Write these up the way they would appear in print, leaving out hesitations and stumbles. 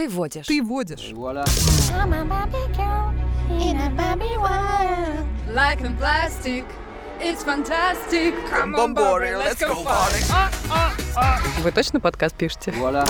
Ты водишь. Ты водишь. Voilà. I'm a Barbie girl in a Barbie world. Like in plastic, it's fantastic. Come on, Barbie, let's go party. Вы точно подкаст пишете? Voilà.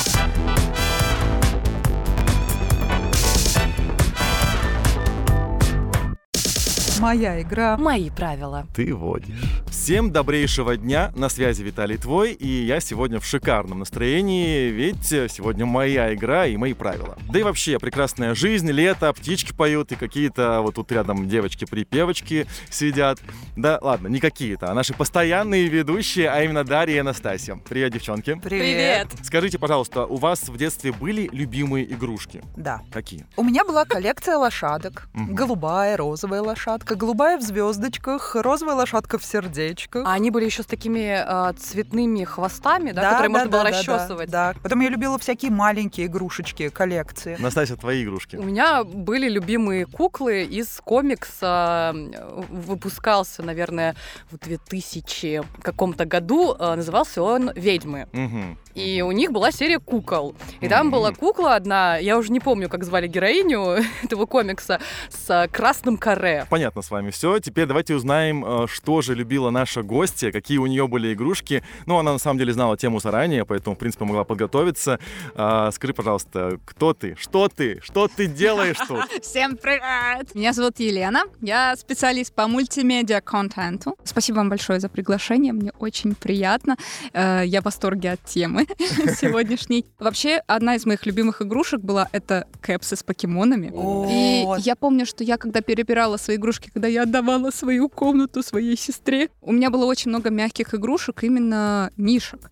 Моя игра. Мои правила. Ты водишь. Всем добрейшего дня. На связи Виталий Твой, и я сегодня в шикарном настроении, ведь сегодня моя игра и мои правила. Да и вообще, прекрасная жизнь, лето, птички поют, и какие-то вот тут рядом девочки-припевочки сидят. Да ладно, не какие-то, а наши постоянные ведущие, а именно Дарья и Анастасия. Привет, девчонки. Привет. Скажите, пожалуйста, у вас в детстве были любимые игрушки? Да. Какие? У меня была коллекция лошадок. Голубая, розовая лошадка, голубая в звездочках, розовая лошадка в сердечках. А они были еще с такими цветными хвостами, да, которые можно было расчесывать. Да. Потом я любила всякие маленькие игрушечки, коллекции. Настасья, твои игрушки? У меня были любимые куклы из комикса. Выпускался, наверное, в 2000 каком-то году. Назывался он «Ведьмы». Угу. И у них была серия кукол. И там была кукла одна, я уже не помню, как звали героиню этого комикса, с красным каре. Понятно с вами все. Теперь давайте узнаем, что же любила наша гостья, какие у нее были игрушки. Ну, она на самом деле знала тему заранее, поэтому, в принципе, могла подготовиться. Скажи, пожалуйста, кто ты? Что ты делаешь тут? Всем привет! Меня зовут Елена, я специалист по мультимедиа-контенту. Спасибо вам большое за приглашение, мне очень приятно. Я в восторге от темы сегодняшней. Вообще, одна из моих любимых игрушек была это кэпсы с покемонами. И я помню, что я когда перебирала свои игрушки, когда я отдавала свою комнату своей сестре, у меня было очень много мягких игрушек, именно мишек.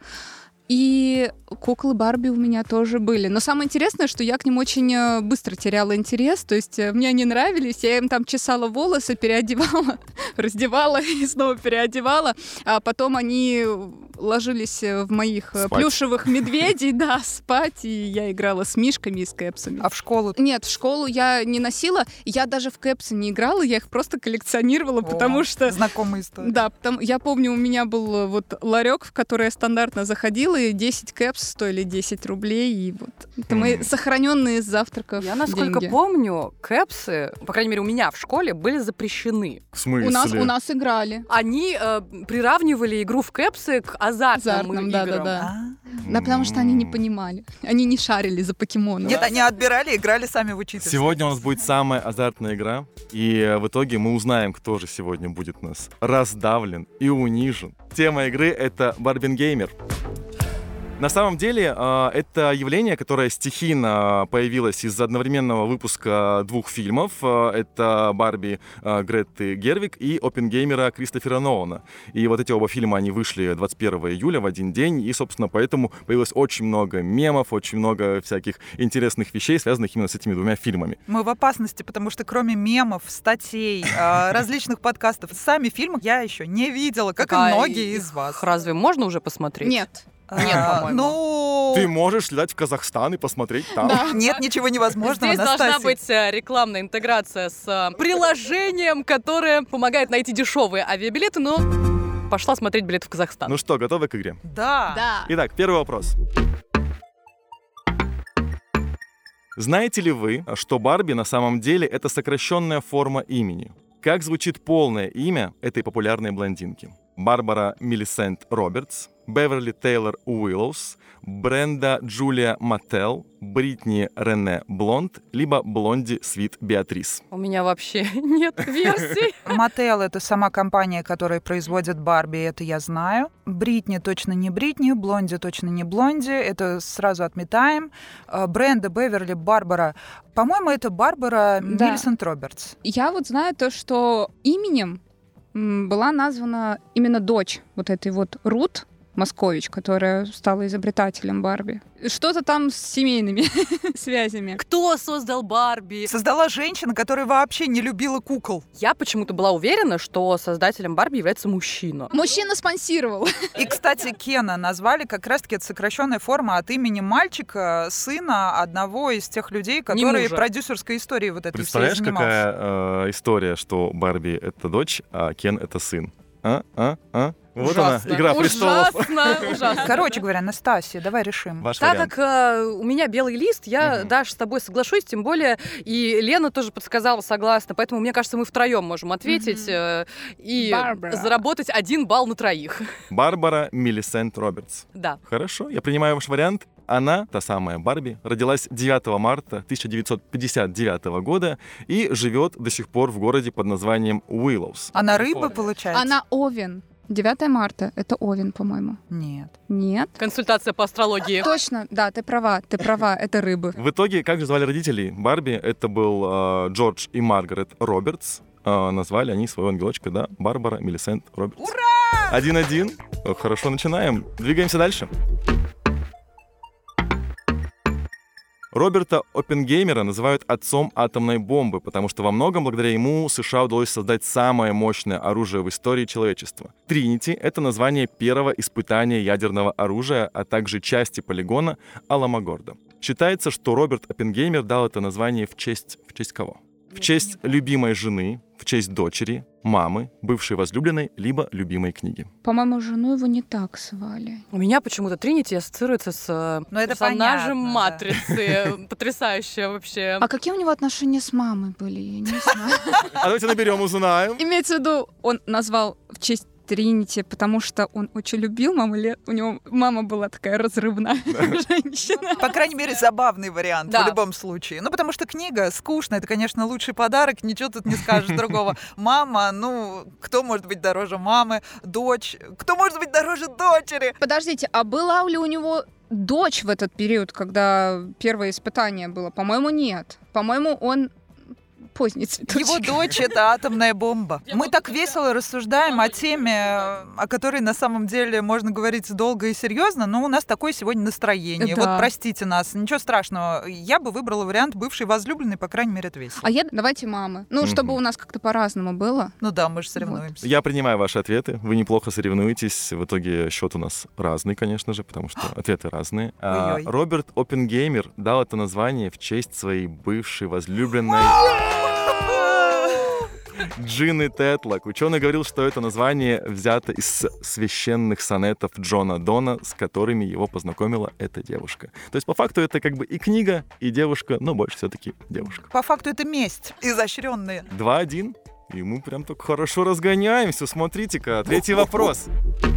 И куклы Барби у меня тоже были. Но самое интересное, что я к ним очень быстро теряла интерес. То есть мне они нравились, я им там чесала волосы, переодевала, раздевала и снова переодевала. А потом они ложились в моих плюшевых медведей, да, спать. И я играла с мишками и с кэпсами. А в школу? Нет, в школу я не носила. Я даже в кэпсы не играла, я их просто коллекционировала, потому что... Знакомая история. Да, я помню, у меня был вот ларек, в который я стандартно заходила, и 10 кэпс стоили 10 рублей, и вот это мои сохраненные с завтраков Я, насколько деньги. помню, кэпсы, по крайней мере, у меня в школе были запрещены. В смысле? У нас играли. Они приравнивали игру в кэпсы к азартным играм. Да, потому что они не понимали. Они не шарили за покемонов. Нет, они отбирали, играли сами в учительство. Сегодня у нас будет самая азартная игра, и в итоге мы узнаем, кто же сегодня будет у нас раздавлен и унижен. Тема игры — это Барбингеймер. На самом деле, это явление, которое стихийно появилось из одновременного выпуска двух фильмов. Это «Барби» Греты Гервиг и «Оппенгеймера» Кристофера Нолана. И вот эти оба фильма, они вышли 21 июля в один день, и, собственно, поэтому появилось очень много мемов, очень много всяких интересных вещей, связанных именно с этими двумя фильмами. Мы в опасности, потому что кроме мемов, статей, различных подкастов, сами фильмы я еще не видела, как и многие из вас. Разве можно уже посмотреть? Нет. Нет, по-моему. Ты можешь летать в Казахстан и посмотреть там. Да. Нет, ничего невозможного, Здесь должна Анастасия. быть рекламная интеграция с приложением, которое помогает найти дешевые авиабилеты, но пошла смотреть билеты в Казахстан. Ну что, готовы к игре? Да. Итак, первый вопрос. Знаете ли вы, что Барби на самом деле это сокращенная форма имени? Как звучит полное имя этой популярной блондинки? Барбара Милисент Робертс, Беверли Тейлор Уиллоус, Бренда Джулия Маттел, Бритни Рене Блонд, либо Блонди Свит Беатрис. У меня вообще нет версий. Мотел — это сама компания, которая производит Барби, это я знаю. Бритни точно не Бритни, Блонди точно не Блонди, это сразу отметаем. Бренда, Беверли, Барбара. По-моему, это Барбара Милисент Робертс. Я вот знаю то, что именем была названа именно дочь вот этой вот Рут Москович, которая стала изобретателем Барби. Что-то там с семейными связями. Кто создал Барби? Создала женщина, которая вообще не любила кукол. Я почему-то была уверена, что создателем Барби является мужчина. Мужчина спонсировал. И, кстати, Кена назвали как раз-таки, это сокращенная форма от имени мальчика, сына одного из тех людей, которые продюсерской историей вот этой всей занимался. Представляешь, какая история, что Барби — это дочь, а Кен — это сын? Вот она, «Игра престолов». Ужасно. Короче говоря, Настасья, давай решим. Ваш Так вариант. как у меня белый лист, я, Даш, с тобой соглашусь, тем более и Лена тоже подсказала, согласна, поэтому, мне кажется, мы втроем можем ответить и Барбара. заработать 1 балл на троих. Барбара Миллисент Робертс. Да. Хорошо, я принимаю ваш вариант. Она, та самая Барби, родилась 9 марта 1959 года и живет до сих пор в городе под названием Уиллоус. Она рыба, получается? Она Овен. 9 марта. Это Овен, по-моему. Нет. Нет? Консультация по астрологии. Точно, да, ты права, это рыбы. В итоге, как же звали родителей Барби? Это был Джордж и Маргарет Робертс. Назвали они своего ангелочка, да, Барбара Миллисент Робертс. Ура! 1-1. Хорошо, начинаем. Двигаемся дальше. Роберта Оппенгеймера называют отцом атомной бомбы, потому что во многом благодаря ему США удалось создать самое мощное оружие в истории человечества. Тринити — это название первого испытания ядерного оружия, а также части полигона Аламогордо. Считается, что Роберт Оппенгеймер дал это название в честь кого? В честь любимой жены, в честь дочери, мамы, бывшей возлюбленной, либо любимой книги. По-моему, жену его не так звали. У меня почему-то Тринити ассоциируется с Ну, это персонажем понятно, Матрицы. Потрясающе вообще. А какие у него отношения с мамой были? Я не знаю. А давайте наберем, узнаем. Имеется в виду, он назвал в честь Тринити, потому что он очень любил маму, или у него мама была такая разрывная женщина. По крайней мере, забавный вариант Да. в любом случае. Ну, потому что книга скучная, это, конечно, лучший подарок, ничего тут не скажешь другого. Мама, ну, кто может быть дороже мамы? Дочь, кто может быть дороже дочери? Подождите, а была ли у него дочь в этот период, когда первое испытание было? По-моему, нет. По-моему, он поздний цветочек. Его дочь — это атомная бомба. Мы так весело рассуждаем о теме, о которой на самом деле можно говорить долго и серьезно, но у нас такое сегодня настроение. Да. Вот простите нас, ничего страшного. Я бы выбрала вариант бывший возлюбленный, по крайней мере, это весело. А давайте мамы. Ну, чтобы у нас как-то по-разному было. Ну да, мы же соревнуемся. Я принимаю ваши ответы. Вы неплохо соревнуетесь. В итоге счет у нас разный, конечно же, потому что ответы разные. Ой-ой. Роберт Оппенгеймер дал это название в честь своей бывшей возлюбленной Джины Тетлок. Ученый говорил, что это название взято из священных сонетов Джона Дона, с которыми его познакомила эта девушка. То есть, по факту, это как бы и книга, и девушка, но больше все-таки девушка. По факту это месть изощренная. 2-1. И мы прям так хорошо разгоняемся. Смотрите-ка, третий вопрос.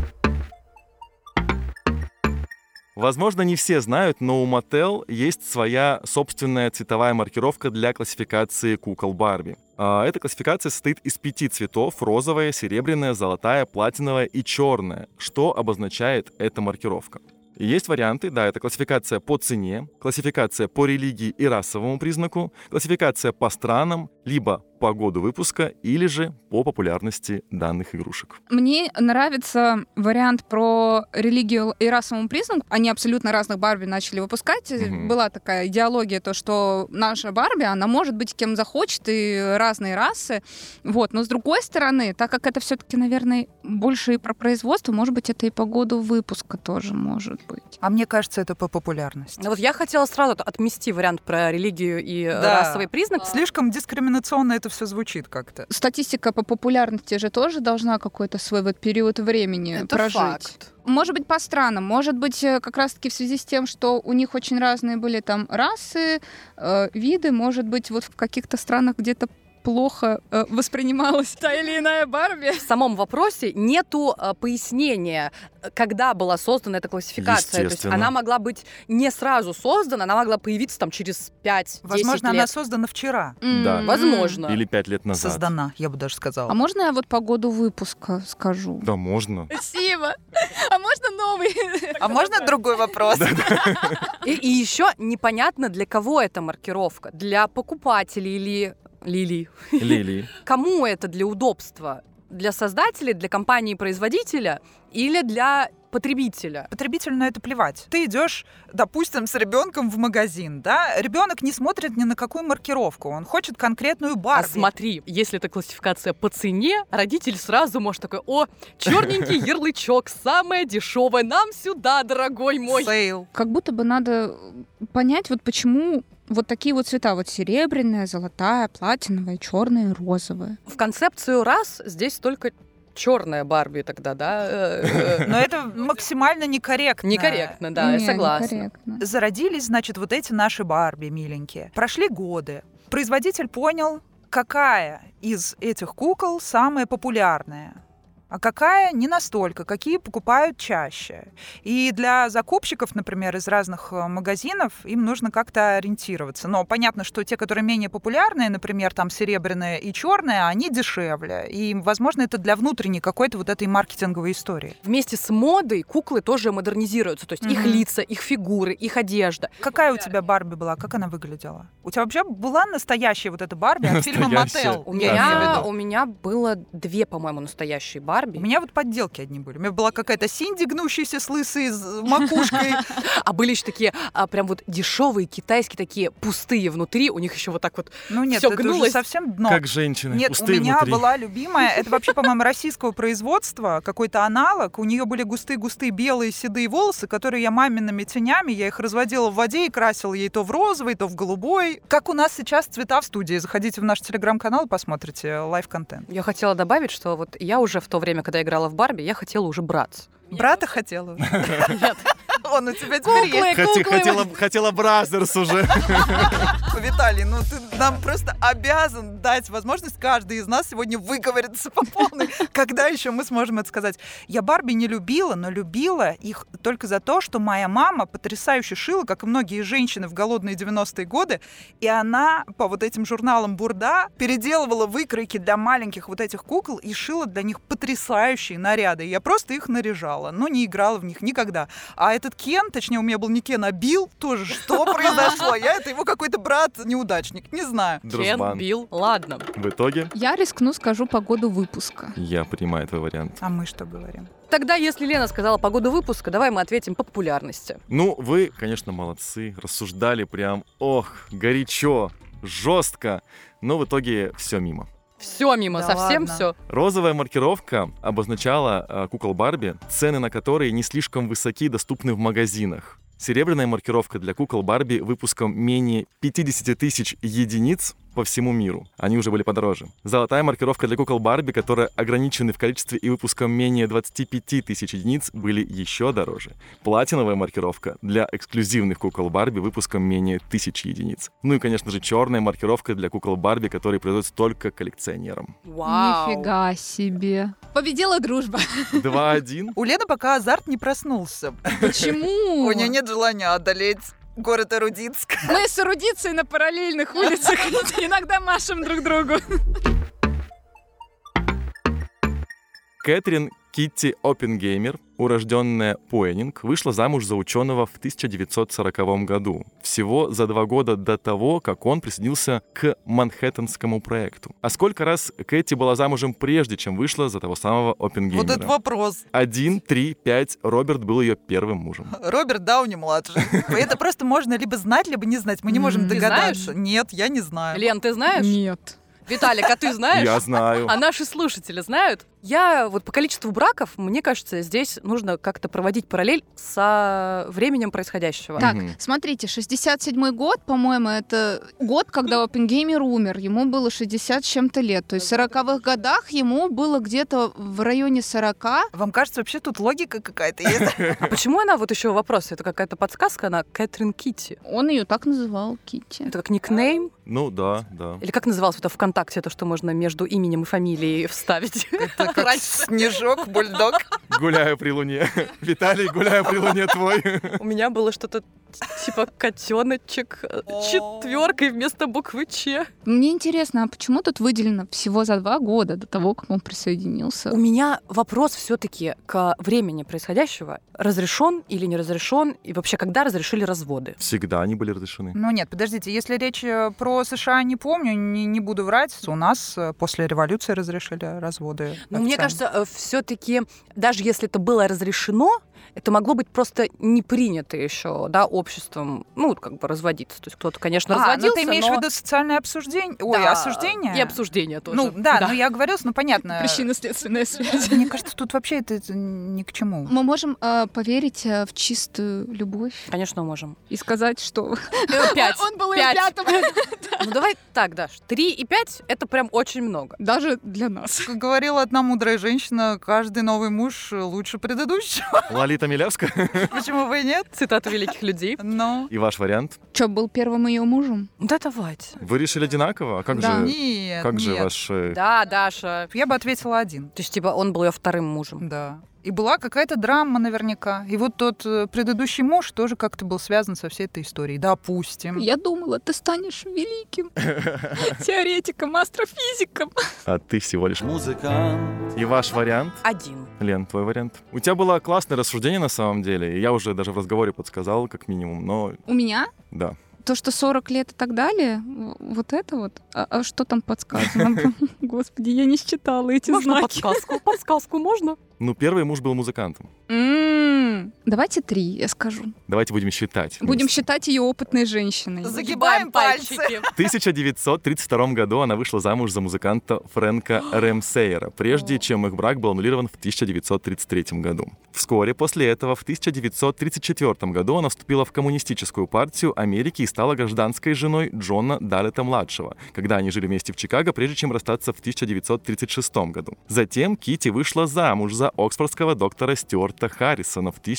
Возможно, не все знают, но у Mattel есть своя собственная цветовая маркировка для классификации кукол Барби. Эта классификация состоит из 5 цветов: розовая, серебряная, золотая, платиновая и черная. Что обозначает эта маркировка? И есть варианты, да, это классификация по цене, классификация по религии и расовому признаку, классификация по странам, либо по году выпуска, или же по популярности данных игрушек. Мне нравится вариант про религию и расовому признаку. Они абсолютно разных Барби начали выпускать. Была такая идеология, то, что наша Барби, она может быть кем захочет, и разные расы. Вот. Но с другой стороны, так как это все-таки, наверное, больше и про производство, может быть, это и по году выпуска тоже может быть. А мне кажется, это по популярности. Вот я хотела сразу отмести вариант про религию и Да. расовый признак. Слишком дискриминационно это все звучит как-то. Статистика по популярности же тоже должна какой-то свой вот период времени Это прожить. факт. Может быть, по странам, может быть, как раз-таки в связи с тем, что у них очень разные были там расы, виды, может быть, вот в каких-то странах где-то плохо воспринималась та или иная Барби. В самом вопросе нету пояснения, когда была создана эта классификация. То есть Естественно. она могла быть не сразу создана, она могла появиться там через 5-10 Возможно, лет. она создана вчера. Да. Возможно. Или 5 лет назад. Создана, я бы даже сказала. А можно я вот по году выпуска скажу? Да, можно. Спасибо. А можно новый? А можно другой вопрос? И еще непонятно, для кого эта маркировка. Для покупателей или Лилии. Лилии. Кому это для удобства? Для создателей, для компании-производителя или для потребителя? Потребителю на это плевать. Ты идешь, допустим, с ребенком в магазин, да? Ребенок не смотрит ни на какую маркировку, он хочет конкретную А Барби. смотри, если это классификация по цене, родитель сразу может такой: о, черненький ярлычок, самое дешевое, нам сюда, дорогой мой. Сейл. Как будто бы надо понять, вот почему вот такие вот цвета, вот серебряная, золотая, платиновая, черная, розовая. В концепцию раз здесь только черная Барби тогда, да? Но это максимально некорректно. Некорректно, да, я согласна. Некорректно. Зародились, значит, вот эти наши Барби миленькие. Прошли годы. Производитель понял, какая из этих кукол самая популярная, а какая не настолько, какие покупают чаще. И для закупщиков, например, из разных магазинов, им нужно как-то ориентироваться. Но понятно, что те, которые менее популярные, например, там серебряные и черные, они дешевле. И, возможно, это для внутренней какой-то вот этой маркетинговой истории. Вместе с модой куклы тоже модернизируются. То есть их лица, их фигуры, их одежда. Какая у тебя Барби была? Как она выглядела? У тебя вообще была настоящая вот эта Барби от фильма Настоящая. «Мотел»? У Я имею в виду. меня было 2, по-моему, настоящие Барби. У меня вот подделки одни были. У меня была какая-то Синди, гнущаяся с лысой макушкой. А были еще такие прям вот дешевые китайские, такие пустые внутри. У них еще вот так вот Ну нет, всё это уже гнулось. совсем дно. Как женщины, Нет, у пустые меня внутри. была любимая, это вообще, по-моему, российского производства, какой-то аналог. У нее были густые-густые белые седые волосы, которые я мамиными тенями, я их разводила в воде и красила ей то в розовый, то в голубой. Как у нас сейчас цвета в студии. Заходите в наш телеграм-канал и посмотрите лайв-контент. Я хотела добавить, что вот я уже в то время, когда играла в Барби, я хотела уже браться. Брата хотела уже? Нет. Он у тебя теперь есть. Хотела Бразерс уже. Виталий, ну ты нам просто обязан дать возможность каждый из нас сегодня выговориться по полной. Когда еще мы сможем это сказать? Я Барби не любила, но любила их только за то, что моя мама потрясающе шила, как и многие женщины в голодные 90-е годы, и она по вот этим журналам Бурда переделывала выкройки для маленьких вот этих кукол и шила для них потрясающие наряды. Я просто их наряжала, но не играла в них никогда. А этот Кен, точнее, у меня был не Кен, а Билл, тоже что произошло? Это его какой-то брат-неудачник, не знаю. Кен, Дружбан. Билл, ладно. В итоге Я рискну, скажу погоду выпуска. я принимаю твой вариант. А мы что говорим? Тогда, если Лена сказала погоду выпуска, давай мы ответим по популярности. Ну, вы, конечно, молодцы. Рассуждали прям, горячо, жестко. Но в итоге все мимо. Все мимо, Да совсем ладно. все. Розовая маркировка обозначала кукол Барби, цены на которые не слишком высоки и доступны в магазинах. Серебряная маркировка для кукол Барби выпуском менее 50 тысяч единиц по всему миру. Они уже были подороже. Золотая маркировка для кукол Барби, которые ограничены в количестве и выпуском менее 25 тысяч единиц, были еще дороже. Платиновая маркировка для эксклюзивных кукол Барби выпуском менее 1000 единиц. Ну и, конечно же, черная маркировка для кукол Барби, которые производятся только коллекционерам. Вау. Нифига себе. Победила дружба. 2-1. У Лены пока азарт не проснулся. Почему? У нее нет желания одолеть город Эрудинск. Мы с эрудицией на параллельных улицах иногда машем друг другу. Кэтрин Китти Оппенгеймер, урожденная Поэнинг, вышла замуж за ученого в 1940 году, всего за 2 года до того, как он присоединился к Манхэттенскому проекту. А сколько раз Кэти была замужем прежде, чем вышла за того самого Оппенгеймера? Вот это вопрос. 1, 3, 5. Роберт был ее первым мужем. Роберт Дауни-младший. Это просто можно либо знать, либо не знать. Мы не можем Ты догадаться. знаешь? Нет, я не знаю. Лен, ты знаешь? Нет. Виталик, а ты знаешь? Я знаю. А наши слушатели знают? Я вот по количеству браков, мне кажется, здесь нужно как-то проводить параллель со временем происходящего. Так, Мгм. смотрите, 67-й год, по-моему, это год, когда Оппенгеймер умер. Ему было 60 с чем-то лет. То есть в 40-х годах ему было где-то в районе 40. Вам кажется, вообще тут логика какая-то есть? А почему она, вот еще вопрос, это какая-то подсказка, она Кэтрин Китти. Он ее так называл, Китти. Это как никнейм? Ну да, да. Или как называлось это ВКонтакте, то, что можно между именем и фамилией вставить? Это как снежок, бульдог. Гуляю при луне. Виталий, гуляю при луне твой. У меня было что-то типа котеночек четверкой вместо буквы Ч. Мне интересно, а почему тут выделено всего за 2 года до того, как он присоединился? У меня вопрос все-таки к времени происходящего. Разрешен или не разрешен? И вообще, когда разрешили разводы? Всегда они были разрешены. Ну нет, подождите, если речь про США, не помню, не буду врать. У нас после революции разрешили разводы. Но мне официально. кажется, все-таки, даже если это было разрешено, это могло быть просто не принято еще, да, обществом, ну, как бы разводиться. То есть кто-то, конечно, разводился, ну ты имеешь но... в виду социальное обсуждение? Ой, Да, осуждение? И обсуждение тоже. Ну да, ну я говорю, ну понятно. Причинно-следственная связь. Мне кажется, тут вообще это ни к чему. Мы можем поверить в чистую любовь Конечно, можем. и сказать, что 5. он был и 5. пятым. Ну давай так, Даш, 3 и 5 — это прям очень много. Даже для нас. Как говорила одна мудрая женщина, каждый новый муж лучше предыдущего. Лолита Милявская. Почему бы и нет? Цитата великих людей. Ну, И ваш вариант? Чё, был первым ее мужем? Да давайте. Вы решили одинаково? А как Да. же, нет, как же нет. ваш... Да, Даша. Я бы ответила один. То есть, типа, он был ее вторым мужем. Да. И была какая-то драма наверняка. И вот тот предыдущий муж тоже как-то был связан со всей этой историей. Допустим. Я думала, ты станешь великим теоретиком, астрофизиком. А ты всего лишь... Музыкант. И ваш вариант? 1. Лен, твой вариант? У тебя было классное рассуждение на самом деле. И я уже даже в разговоре подсказал, как минимум, но У меня да. то, что 40 лет и так далее, вот это вот. А что там подсказано? Господи, я не считала эти Можно знаки. подсказку? Подсказку можно? Ну, первый муж был музыкантом. Давайте 3, я скажу. Давайте будем считать. Будем вместе. считать ее опытной женщиной. Загибаем пальцы. В 1932 году она вышла замуж за музыканта Фрэнка Рэмсейера, прежде чем их брак был аннулирован в 1933 году. Вскоре после этого, в 1934 году, она вступила в Коммунистическую партию Америки и стала гражданской женой Джона Даллета-младшего, когда они жили вместе в Чикаго, прежде чем расстаться в 1936 году. Затем Кити вышла замуж за оксфордского доктора Стюарта Харрисона в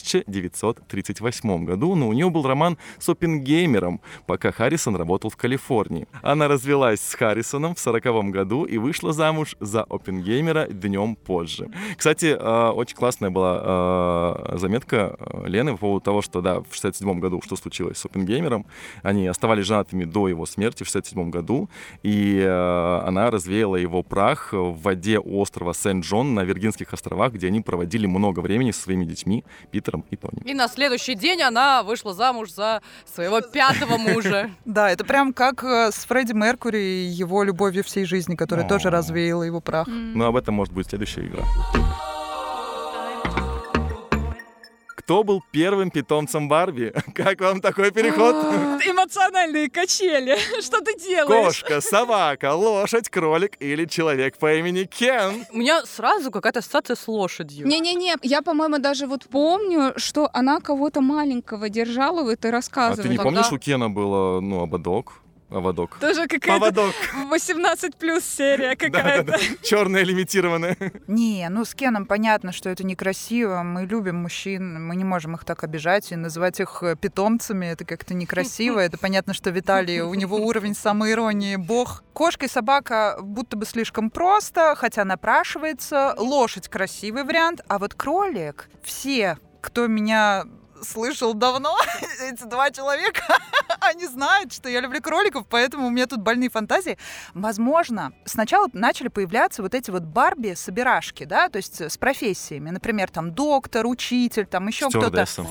1938 году, но у нее был роман с Оппенгеймером, пока Харрисон работал в Калифорнии. Она развелась с Харрисоном в 1940 году и вышла замуж за Оппенгеймера днем позже. Кстати, очень классная была заметка Лены по поводу того, что да, в 1967 году что случилось с Оппенгеймером. Они оставались женатыми до его смерти в 1967 году, и она развеяла его прах в воде острова Сент-Джон на Виргинских островах, где они проводили много времени со своими детьми Питером и Тони. И на следующий день она вышла замуж за своего 5-го мужа. Да, это прям как с Фредди Меркьюри и его любовью всей жизни, которая тоже развеяла его прах. Но об этом может быть следующая игра. Кто был первым питомцем Барби? Как вам такой переход? Эмоциональные качели. Что ты делаешь? Кошка, собака, лошадь, кролик или человек по имени Кен? У меня сразу какая-то ассоциация с лошадью. Не-не-не, я, по-моему, даже вот помню, что она кого-то маленького держала в этой А рассказывала. ты не помнишь, у Кена было, ободок? Оводок. Тоже какая-то Поводок. 18+ серия какая-то. Черная лимитированная. Не, ну с Кеном понятно, что это некрасиво. Мы любим мужчин, мы не можем их так обижать и называть их питомцами. Это как-то некрасиво. Это понятно, что Виталий, у него уровень самоиронии бог. Кошка и собака будто бы слишком просто, хотя напрашивается. Лошадь — красивый вариант. А вот кролик, все, кто меня слышал давно, эти 2 человека, они знают, что я люблю кроликов, поэтому у меня тут больные фантазии. Возможно, сначала начали появляться вот эти вот Барби-собирашки, да, то есть с профессиями. Например, там доктор, учитель, там еще кто-то. Стюардесса.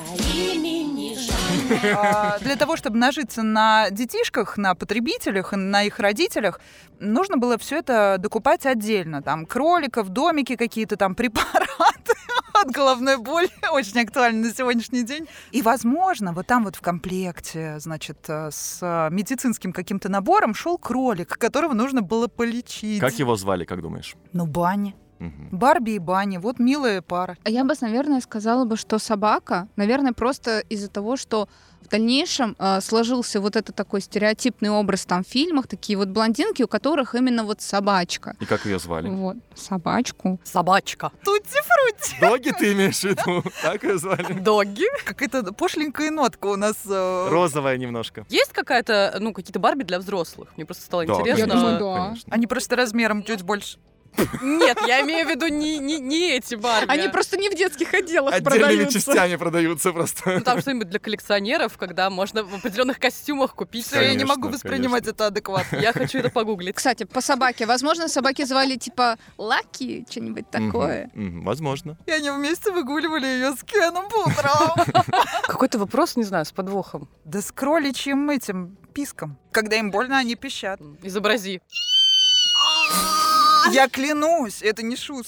Для того, чтобы нажиться на детишках, на потребителях, на их родителях, нужно было все это докупать отдельно. Там кроликов, домики какие-то, там препараты от головной боли. Очень актуально на сегодняшний день. И, возможно, вот там вот в комплекте, значит, с медицинским каким-то набором шел кролик, которого нужно было полечить. Как его звали, как думаешь? Ну, Банни. Мгм. Барби и Банни. Вот милая пара. А я бы, наверное, сказала бы, что собака, наверное, просто из-за того, что в дальнейшем сложился вот этот такой стереотипный образ там в фильмах, такие вот блондинки, у которых именно вот собачка. И как ее звали? Вот, собачку. Собачка. Тутти-фрутти. Доги ты имеешь в виду? Так ее звали? Доги. Какая-то пошленькая нотка у нас. Розовая немножко. Есть какая-то, какие-то Барби для взрослых? Мне просто стало Да, интересно. Я думаю, конечно, да. конечно. Они просто размером чуть больше. Нет, я имею в виду не эти Барби. Они просто не в детских отделах Отдельными продаются. частями продаются просто. Ну, там что-нибудь для коллекционеров, когда можно в определенных костюмах купить. Всё, я не Конечно, могу воспринимать конечно. это адекватно. Я хочу это погуглить. Кстати, по собаке. Возможно, собаки звали типа Лаки, что-нибудь такое. Мгм, возможно. И они вместе выгуливали ее с Кеном по утрам. Какой-то вопрос, не знаю, с подвохом. Да с кроличьим этим писком. Когда им больно, они пищат. Изобрази. Я клянусь, это не шутка.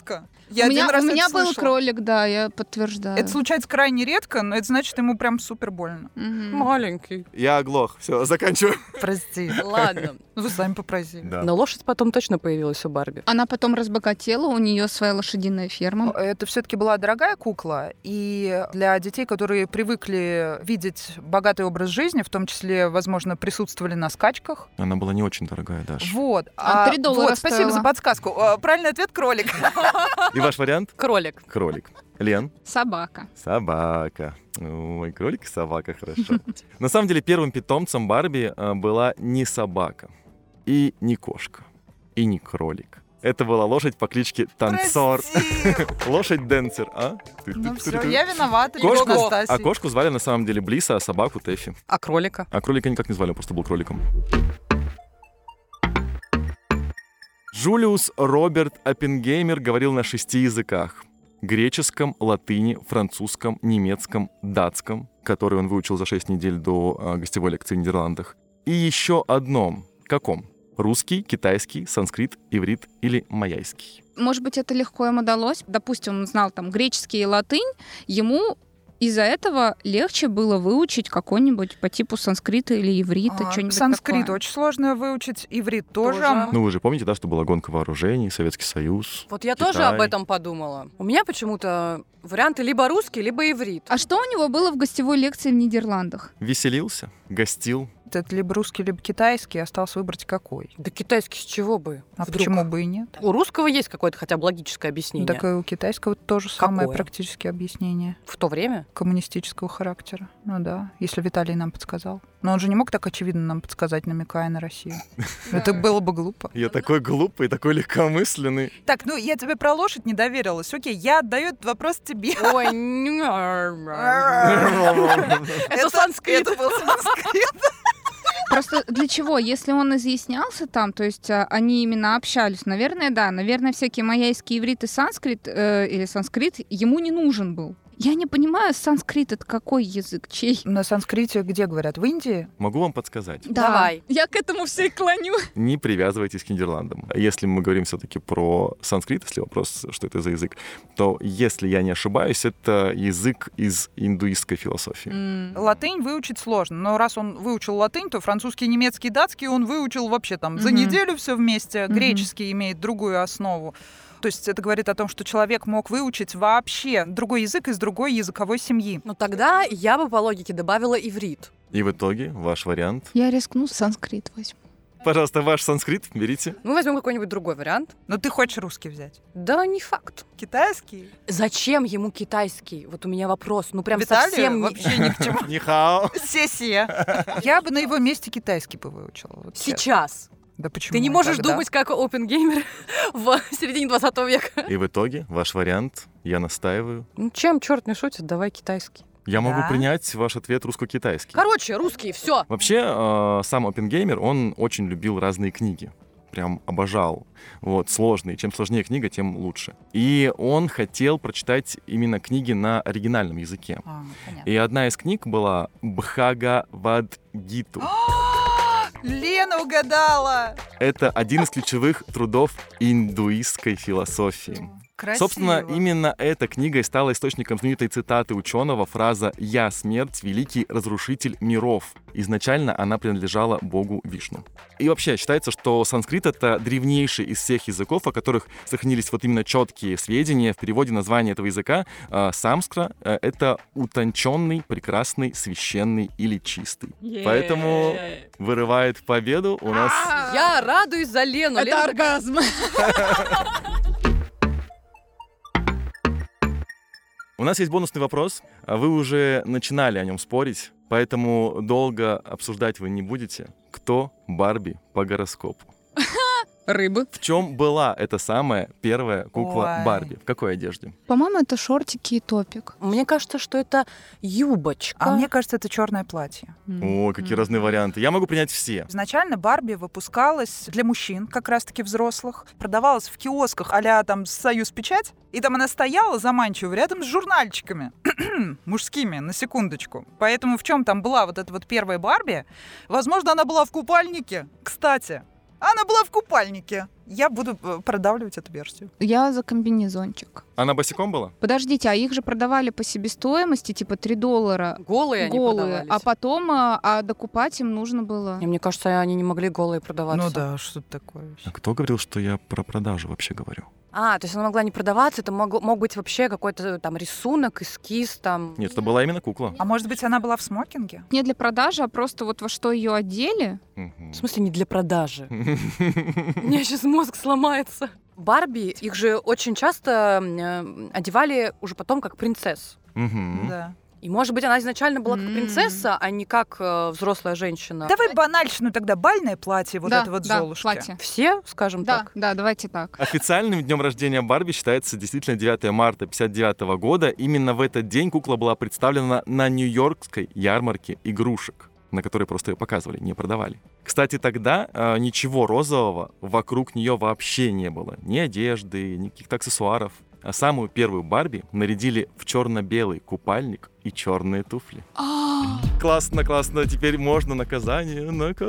Я у один раз у меня это был слышала. кролик, да, я подтверждаю. Это случается крайне редко, но это значит, ему прям супер больно. Мгм. Маленький. Я оглох. Все, заканчиваю. Прости. Ладно. Вы сами попросили. Да. Но лошадь потом точно появилась у Барби. Она потом разбогатела, у нее своя лошадиная ферма. Это все-таки была дорогая кукла, и для детей, которые привыкли видеть богатый образ жизни, в том числе, возможно, присутствовали на скачках. Она была не очень дорогая, Даша. Вот. $3 вот, спасибо стоила. за подсказку. Правильный ответ — кролик. И ваш вариант? Кролик. Кролик. Лен? Собака. Собака. Ой, кролик и собака, хорошо. На самом деле, первым питомцем Барби была не собака, и не кошка, и не кролик. Это была лошадь по кличке Танцор. Прости. Лошадь-денсер, а? Ну все, я виновата. Кошку, Анастасия. а кошку звали на самом деле Блиса, а собаку Тэффи. А кролика? А кролика никак не звали, он просто был кроликом. Джулиус Роберт Оппенгеймер говорил на 6 языках. Греческом, латыни, французском, немецком, датском, который он выучил за 6 недель до гостевой лекции в Нидерландах. И еще одном. Каком? Русский, китайский, санскрит, иврит или майяйский? Может быть, это легко ему далось. Допустим, он знал там греческий и латынь, ему из-за этого легче было выучить какой-нибудь по типу санскрита или иврита, что-нибудь Санскрит такое. очень сложно выучить, иврит тоже. Тоже. Ну, вы же помните, да, что была гонка вооружений, Советский Союз. Вот я Китай. тоже об этом подумала. У меня почему-то варианты либо русский, либо иврит. А что у него было в гостевой лекции в Нидерландах? Веселился, гостил. Это либо русский, либо китайский. Осталось выбрать какой. Да китайский с чего бы? А Вдруг? почему бы и нет? У русского есть какое-то хотя бы логическое объяснение. Так и у китайского то же самое Какое? практически объяснение В то время? коммунистического характера. Ну да, если Виталий нам подсказал. Но он же не мог так очевидно нам подсказать, намекая на Россию. Это было бы глупо. Я такой глупый, такой легкомысленный. Так, ну я тебе про лошадь не доверилась. Окей, я отдаю этот вопрос тебе. Ой, это санскрит. Это был санскрит. Просто для чего? Если он изъяснялся там, то есть они именно общались, наверное, да. Наверное, всякие майяйские иврит и санскрит, или санскрит ему не нужен был. Я не понимаю, санскрит — это какой язык? Чей? На санскрите где говорят? В Индии? Могу вам подсказать. Да. Давай. Я к этому все и клоню. Не привязывайтесь к Нидерландам. Если мы говорим все-таки про санскрит, если вопрос, что это за язык, то, если я не ошибаюсь, это язык из индуистской философии. Латынь выучить сложно, но раз он выучил латынь, то французский, немецкий, датский он выучил вообще там за Мгм. неделю все вместе. Мгм. Греческий имеет другую основу. То есть это говорит о том, что человек мог выучить вообще другой язык из другой языковой семьи. Ну тогда я бы по логике добавила иврит. И в итоге ваш вариант. Я рискну, санскрит возьму. Пожалуйста, ваш санскрит берите. Ну, возьмем какой-нибудь другой вариант. Но ты хочешь русский взять? Да, не факт. Китайский? Зачем ему китайский? Вот у меня вопрос. Ну, прям Виталию совсем не... вообще ни к чему. Нихао. Сессия. Я бы на его месте китайский бы выучила. вот честно. Сейчас. Да почему? Ты не можешь тогда? думать, как опенгеймер в середине 20 века. И в итоге ваш вариант, я настаиваю. Ну, чем черт не шутит, давай китайский. Я могу Да. принять ваш ответ русско-китайский. Короче, русский, все. Вообще, сам Оппенгеймер, он очень любил разные книги. Прям обожал. Вот, сложные. Чем сложнее книга, тем лучше. И он хотел прочитать именно книги на оригинальном языке. Понятно. И одна из книг была Бхагавад-гиту. Лена угадала! Это один из ключевых трудов индуистской философии. Красиво. Собственно, именно эта книга и стала источником знаменитой цитаты ученого, фраза «Я смерть, великий разрушитель миров». Изначально она принадлежала богу Вишну. И вообще считается, что санскрит — это древнейший из всех языков, о которых сохранились вот именно четкие сведения. В переводе названия этого языка самскра — это утонченный, прекрасный, священный или чистый. Поэтому вырывает победу у нас... Я радуюсь за Лену. Это Лена оргазм. У нас есть бонусный вопрос. Вы уже начинали о нем спорить, поэтому долго обсуждать вы не будете. Кто Барби по гороскопу? Рыбы. В чем была эта самая первая кукла Ой. Барби? В какой одежде? По-моему, это шортики и топик. Мне кажется, что это юбочка. А мне кажется, это черное платье. О, какие разные варианты. Я могу принять все. Изначально Барби выпускалась для мужчин, как раз-таки взрослых. Продавалась в киосках а-ля там «Союз Печать». И там она стояла заманчиво рядом с журнальчиками. Мужскими, на секундочку. Поэтому в чем там была вот эта вот первая Барби? Возможно, она была в купальнике. Кстати, Она была в купальнике. Я буду продавливать эту версию. Я за комбинезончик. Она босиком была? Подождите, а их же продавали по себестоимости, типа $3. Голые они продавались. А потом докупать им нужно было. И мне кажется, они не могли голые продаваться. Ну да, что такое вообще. А кто говорил, что я про продажу вообще говорю? То есть она могла не продаваться, это мог быть вообще какой-то там рисунок, эскиз там. Нет, это была именно кукла. А может быть, она была в смокинге? Не для продажи, а просто вот во что ее одели. В смысле, не для продажи. У меня сейчас мозг сломается. Барби, их же очень часто одевали уже потом как принцесс. Да. И, может быть, она изначально была как принцесса, а не как взрослая женщина. Давай банальщину тогда, бальное платье, вот Да, это вот да, Золушки. платье. Все, скажем Да, так. да, давайте так. Официальным днем рождения Барби считается действительно 9 марта 1959 года. Именно в этот день кукла была представлена на Нью-Йоркской ярмарке игрушек, на которой просто ее показывали, не продавали. Кстати, тогда ничего розового вокруг нее вообще не было. Ни одежды, ни каких-то аксессуаров. А самую первую Барби нарядили в черно-белый купальник и черные туфли. Классно, классно. Теперь можно наказание.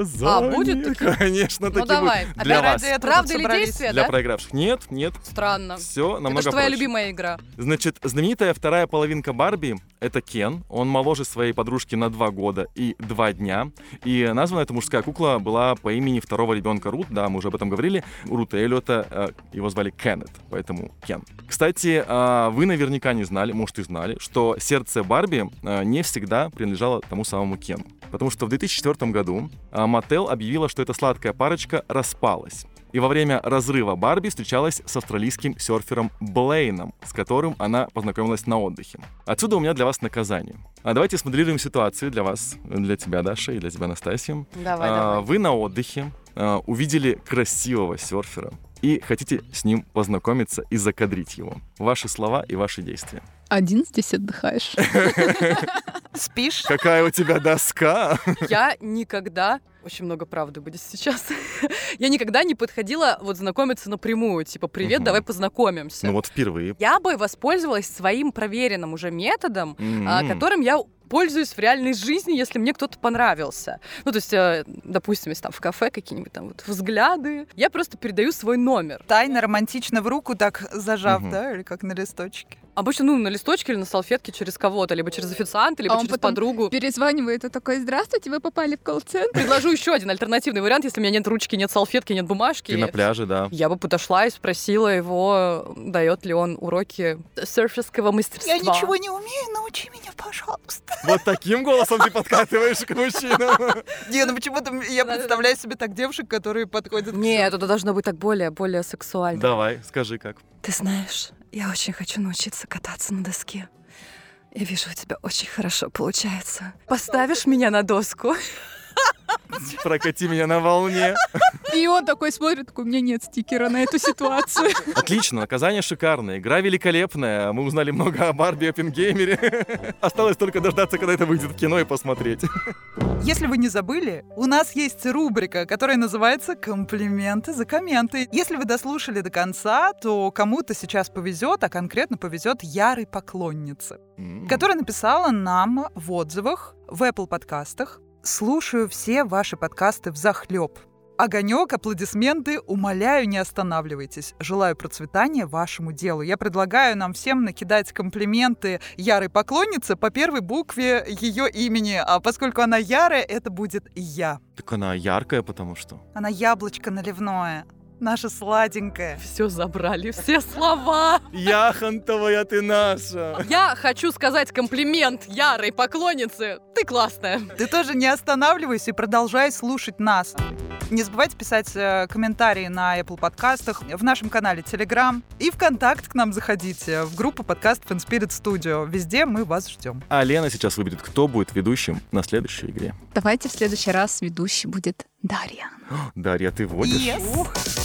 Будет такие? Конечно, Ну такие давай. будут. Для вас. Правда или действие, Для да? проигравших. Нет. Странно. Все намного Это же твоя проще. любимая игра. Значит, знаменитая вторая половинка Барби — это Кен. Он моложе своей подружки на 2 года и 2 дня. И названа эта мужская кукла была по имени второго ребенка Рут. Да, мы уже об этом говорили. У Рута Эллиота его звали Кеннет, поэтому Кен. Кстати, вы наверняка не знали, может и знали, что сердце Барби не всегда принадлежало тому самому Кену. Потому что в 2004 году Mattel объявила, что эта сладкая парочка распалась. И во время разрыва Барби встречалась с австралийским серфером Блейном, с которым она познакомилась на отдыхе. Отсюда у меня для вас наказание. Давайте смоделируем ситуацию для вас, для тебя, Даша, и для тебя, Настасья. Давай. Вы на отдыхе увидели красивого серфера и хотите с ним познакомиться и закадрить его. Ваши слова и ваши действия. Один здесь отдыхаешь. Спишь? Какая у тебя доска? Я никогда... Очень много правды будет сейчас. Я никогда не подходила вот знакомиться напрямую. Типа, привет, давай познакомимся. Ну вот впервые. Я бы воспользовалась своим проверенным уже методом, которым я пользуюсь в реальной жизни, если мне кто-то понравился. Ну, то есть, допустим, если там в кафе какие-нибудь там вот взгляды, я просто передаю свой номер. Тайно, романтично в руку так зажав, да? Или как на листочке? Обычно, на листочке или на салфетке через кого-то, либо через официанта, либо А он через потом подругу. перезванивает и такой: здравствуйте, вы попали в колл-центр. Предложу еще один альтернативный вариант, если у меня нет ручки, нет салфетки, нет бумажки. Ты на пляже, да. Я бы подошла и спросила его, дает ли он уроки серферского мастерства. Я ничего не умею, научи меня, пожалуйста. Вот таким голосом ты подкатываешь к мужчинам. Не, ну почему-то я представляю себе так девушек, которые подходят к Нет, это должно быть так более сексуально. Давай, скажи как. Ты знаешь, я очень хочу научиться кататься на доске. Я вижу, у тебя очень хорошо получается. Поставишь меня на доску? Прокати меня на волне. И он такой смотрит, такой: у меня нет стикера на эту ситуацию. Отлично, наказание шикарное, игра великолепная. Мы узнали много о Барби и Оппенгеймере. Осталось только дождаться, когда это выйдет в кино, и посмотреть. Если вы не забыли, у нас есть рубрика, которая называется «Комплименты за комменты». Если вы дослушали до конца, то кому-то сейчас повезет, а конкретно повезет ярой поклоннице, которая написала нам в отзывах в Apple подкастах: «Слушаю все ваши подкасты взахлеб. Огонек, аплодисменты, умоляю, не останавливайтесь. Желаю процветания вашему делу». Я предлагаю нам всем накидать комплименты ярой поклоннице по первой букве ее имени. А поскольку она ярая, это будет я. Так она яркая, потому что. Она яблочко наливное. Наша сладенькая. Все забрали, все слова. Яхонтовая ты наша. Я хочу сказать комплимент ярой поклоннице. Ты классная. Ты тоже не останавливайся и продолжай слушать нас. Не забывайте писать комментарии на Apple подкастах, в нашем канале Telegram и ВКонтакте к нам заходите, в группу подкастов InSpirit Studio. Везде мы вас ждем. А Лена сейчас выберет, кто будет ведущим на следующей игре. Давайте в следующий раз ведущий будет Дарья. Дарья, ты водишь? Yes.